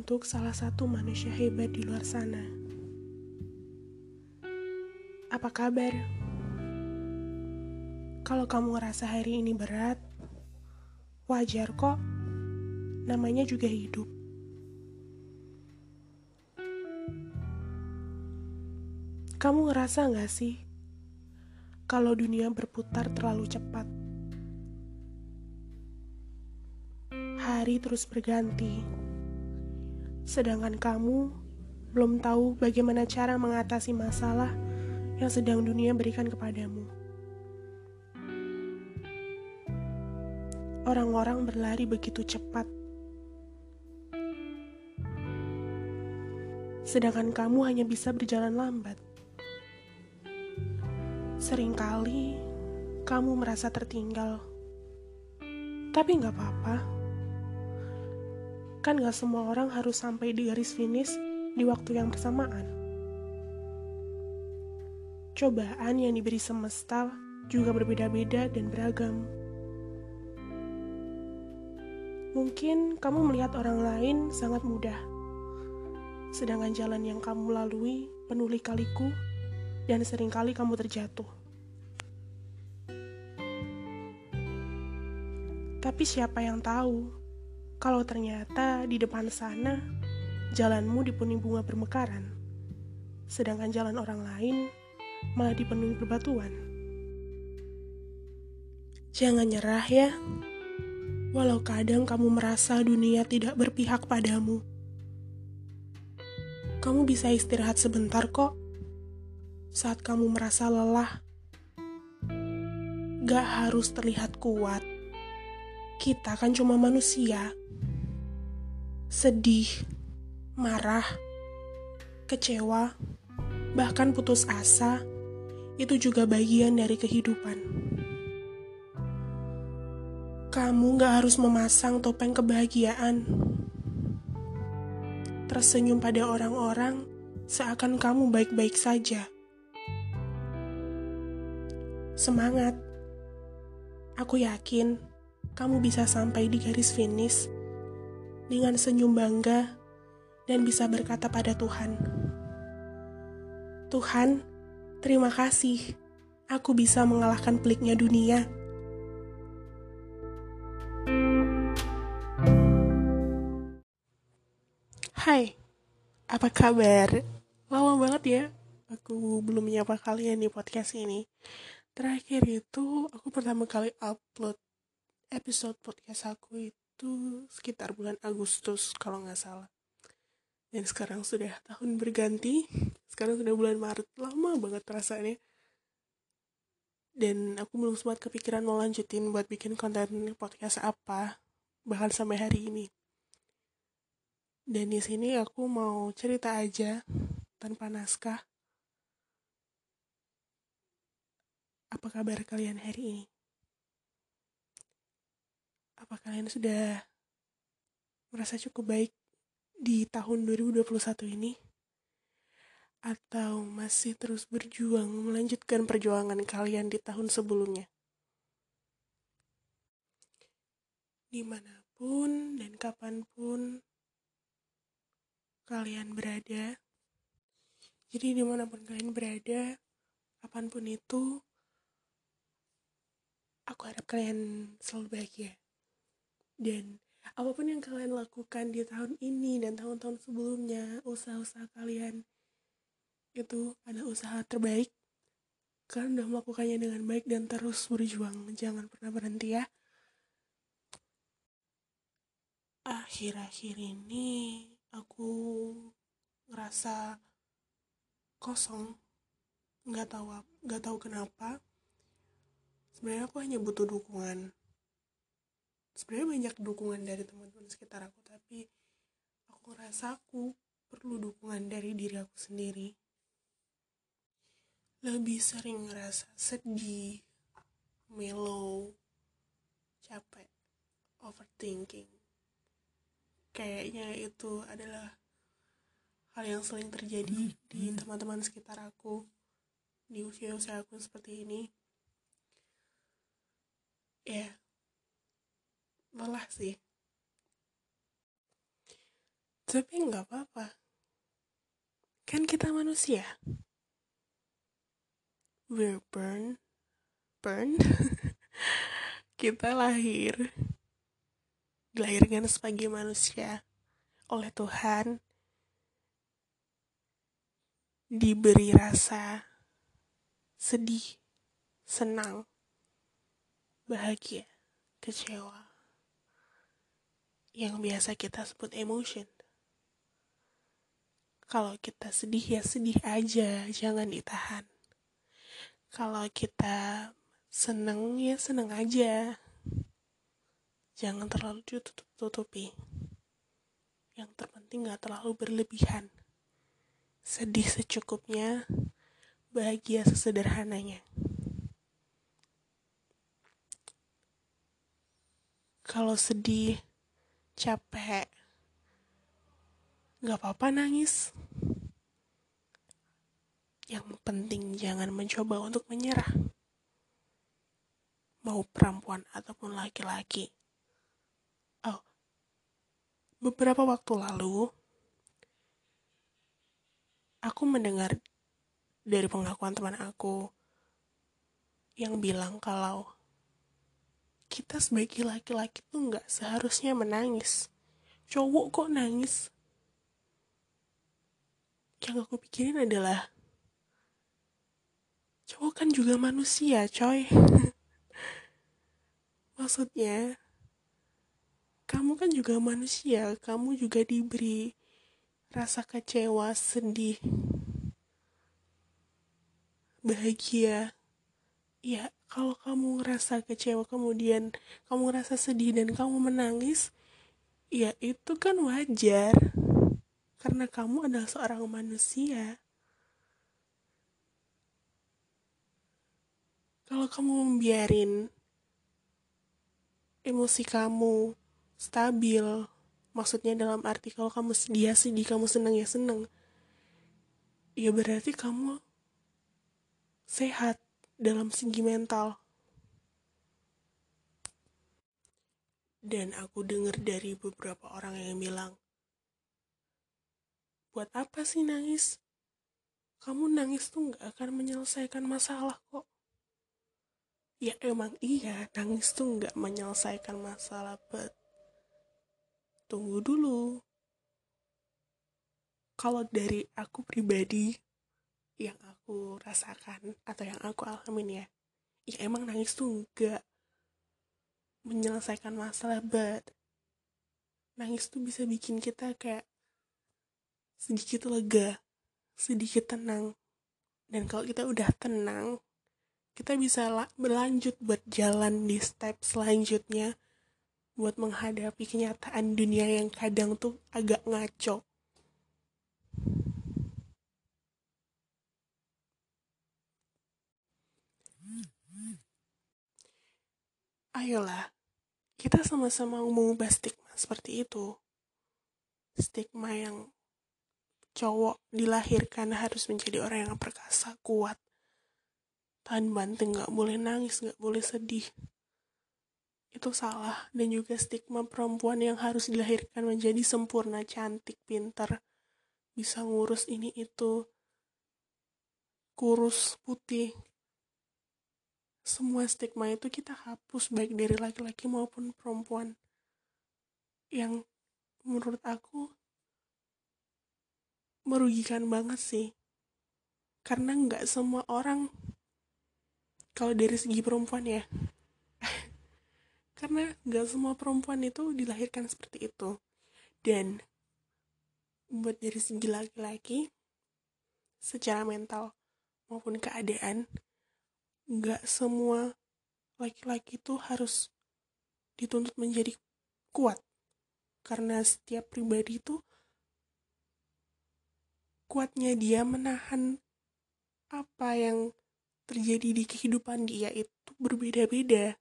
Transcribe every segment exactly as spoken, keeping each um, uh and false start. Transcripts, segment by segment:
untuk salah satu manusia hebat di luar sana. Apa kabar? Kalau kamu ngerasa hari ini berat, wajar kok. Namanya juga hidup. Kamu ngerasa gak sih kalau dunia berputar terlalu cepat? Hari terus berganti, sedangkan kamu belum tahu bagaimana cara mengatasi masalah yang sedang dunia berikan kepadamu. Orang-orang berlari begitu cepat, sedangkan kamu hanya bisa berjalan lambat. Seringkali kamu merasa tertinggal, tapi gak apa-apa. Kan gak semua orang harus sampai di garis finish di waktu yang bersamaan. Cobaan yang diberi semesta juga berbeda-beda dan beragam. Mungkin kamu melihat orang lain sangat mudah, sedangkan jalan yang kamu lalui penuh lika-liku dan seringkali kamu terjatuh. Tapi siapa yang tahu kalau ternyata di depan sana jalanmu dipenuhi bunga bermekaran, sedangkan jalan orang lain malah dipenuhi bebatuan. Jangan nyerah ya, walau kadang kamu merasa dunia tidak berpihak padamu. Kamu bisa istirahat sebentar kok saat kamu merasa lelah. Gak harus terlihat kuat. Kita kan cuma manusia. Sedih, marah, kecewa, bahkan putus asa, itu juga bagian dari kehidupan. Kamu gak harus memasang topeng kebahagiaan. Tersenyum pada orang-orang seakan kamu baik-baik saja. Semangat. Aku yakin kamu bisa sampai di garis finish dengan senyum bangga dan bisa berkata pada Tuhan, Tuhan, terima kasih. Aku bisa mengalahkan peliknya dunia. Hai, apa kabar? Lama banget ya aku belum menyapa kalian di podcast ini. Terakhir itu aku pertama kali upload episode podcast aku itu sekitar bulan Agustus kalau gak salah. Dan sekarang sudah tahun berganti, sekarang sudah bulan Maret, lama banget rasanya. Dan aku belum sempat kepikiran mau lanjutin buat bikin konten podcast apa, bahkan sampai hari ini. Dan di sini aku mau cerita aja tanpa naskah. Apa kabar kalian hari ini? Apa kalian sudah merasa cukup baik di tahun dua ribu dua puluh satu ini? Atau masih terus berjuang melanjutkan perjuangan kalian di tahun sebelumnya? Dimanapun dan kapanpun kalian berada, jadi dimanapun kalian berada, kapanpun itu, aku harap kalian selalu bahagia. Dan apapun yang kalian lakukan di tahun ini dan tahun-tahun sebelumnya, usaha-usaha kalian itu adalah usaha terbaik. Kalian udah melakukannya dengan baik dan terus berjuang. Jangan pernah berhenti ya. Akhir-akhir ini aku ngerasa kosong. Gak tahu, gak tahu kenapa. Sebenarnya aku hanya butuh dukungan. Sebenarnya banyak dukungan dari teman-teman sekitar aku, tapi aku ngerasa aku perlu dukungan dari diri aku sendiri. Lebih sering ngerasa sedih, mellow, capek, overthinking. Kayaknya itu adalah hal yang sering terjadi di teman-teman sekitar aku di usia-usia aku seperti ini. Ya, lelah sih. Tapi nggak apa-apa, kan kita manusia. We're born, born, kita lahir, dilahirkan sebagai manusia oleh Tuhan, diberi rasa sedih, senang, bahagia, kecewa, yang biasa kita sebut emotion. Kalau kita sedih ya sedih aja, jangan ditahan. Kalau kita seneng ya seneng aja, jangan terlalu ditutup-tutupi. Yang terpenting gak terlalu berlebihan. Sedih secukupnya, bahagia sesederhananya. Kalau sedih, capek, gak apa-apa nangis. Yang penting jangan mencoba untuk menyerah. Mau perempuan ataupun laki-laki. Oh, beberapa waktu lalu, aku mendengar dari pengakuan teman aku yang bilang kalau kita sebagai laki-laki tuh gak seharusnya menangis. Cowok kok nangis? Yang aku pikirin adalah cowok kan juga manusia, coy. Maksudnya, kamu kan juga manusia, kamu juga diberi rasa kecewa, sedih, bahagia. Ya, kalau kamu ngerasa kecewa, kemudian kamu ngerasa sedih dan kamu menangis, ya itu kan wajar. Karena kamu adalah seorang manusia. Kalau kamu membiarin emosi kamu stabil, maksudnya dalam arti kalau kamu sedih ya sedih, kamu senang ya senang, ya berarti kamu sehat dalam segi mental. Dan aku dengar dari beberapa orang yang bilang, buat apa sih nangis? Kamu nangis tuh gak akan menyelesaikan masalah kok. Ya emang iya, nangis tuh gak menyelesaikan masalah, but tunggu dulu. Kalau dari aku pribadi, yang aku rasakan atau yang aku alamin ya, ya emang nangis tuh gak menyelesaikan masalah, but nangis tuh bisa bikin kita kayak sedikit lega, sedikit tenang. Dan kalau kita udah tenang, kita bisa la- berlanjut buat jalan di step selanjutnya, buat menghadapi kenyataan dunia yang kadang tuh agak ngaco. Ayolah, kita sama-sama mengubah stigma seperti itu. Stigma yang cowok dilahirkan harus menjadi orang yang perkasa, kuat, tahan banting, gak boleh nangis, gak boleh sedih. Itu salah. Dan juga stigma perempuan yang harus dilahirkan menjadi sempurna, cantik, pintar, bisa ngurus ini itu, kurus, putih. Semua stigma itu kita hapus, baik dari laki-laki maupun perempuan. Yang menurut aku merugikan banget sih. Karena gak semua orang, kalau dari segi perempuan ya, karena gak semua perempuan itu dilahirkan seperti itu. Dan buat dari segi laki-laki, secara mental maupun keadaan, gak semua laki-laki itu harus dituntut menjadi kuat. Karena setiap pribadi itu kuatnya dia menahan apa yang terjadi di kehidupan dia itu berbeda-beda.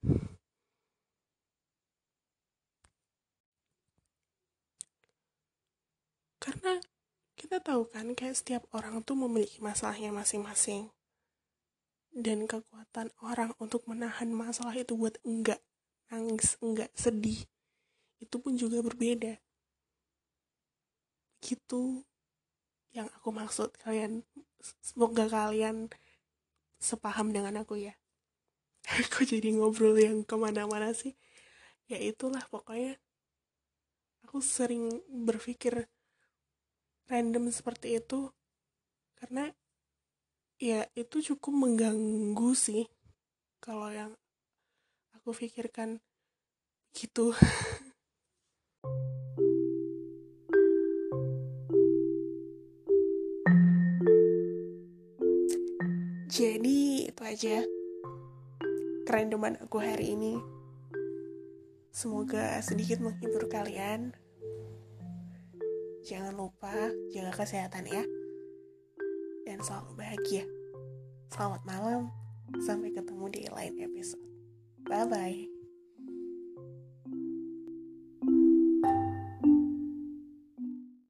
Karena kita tahu kan, kayak setiap orang tuh memiliki masalahnya masing-masing. Dan kekuatan orang untuk menahan masalah itu buat enggak nangis, enggak sedih, itu pun juga berbeda. Gitu yang aku maksud. Kalian, semoga kalian sepaham dengan aku ya. Aku jadi ngobrol yang kemana-mana sih. Ya itulah pokoknya, aku sering berpikir random seperti itu karena ya itu cukup mengganggu sih kalau yang aku pikirkan gitu. Jadi itu aja kerandoman aku hari ini. Semoga sedikit menghibur kalian. Jangan lupa jaga kesehatan ya. Dan selalu bahagia. Selamat malam. Sampai ketemu di lain episode. Bye-bye.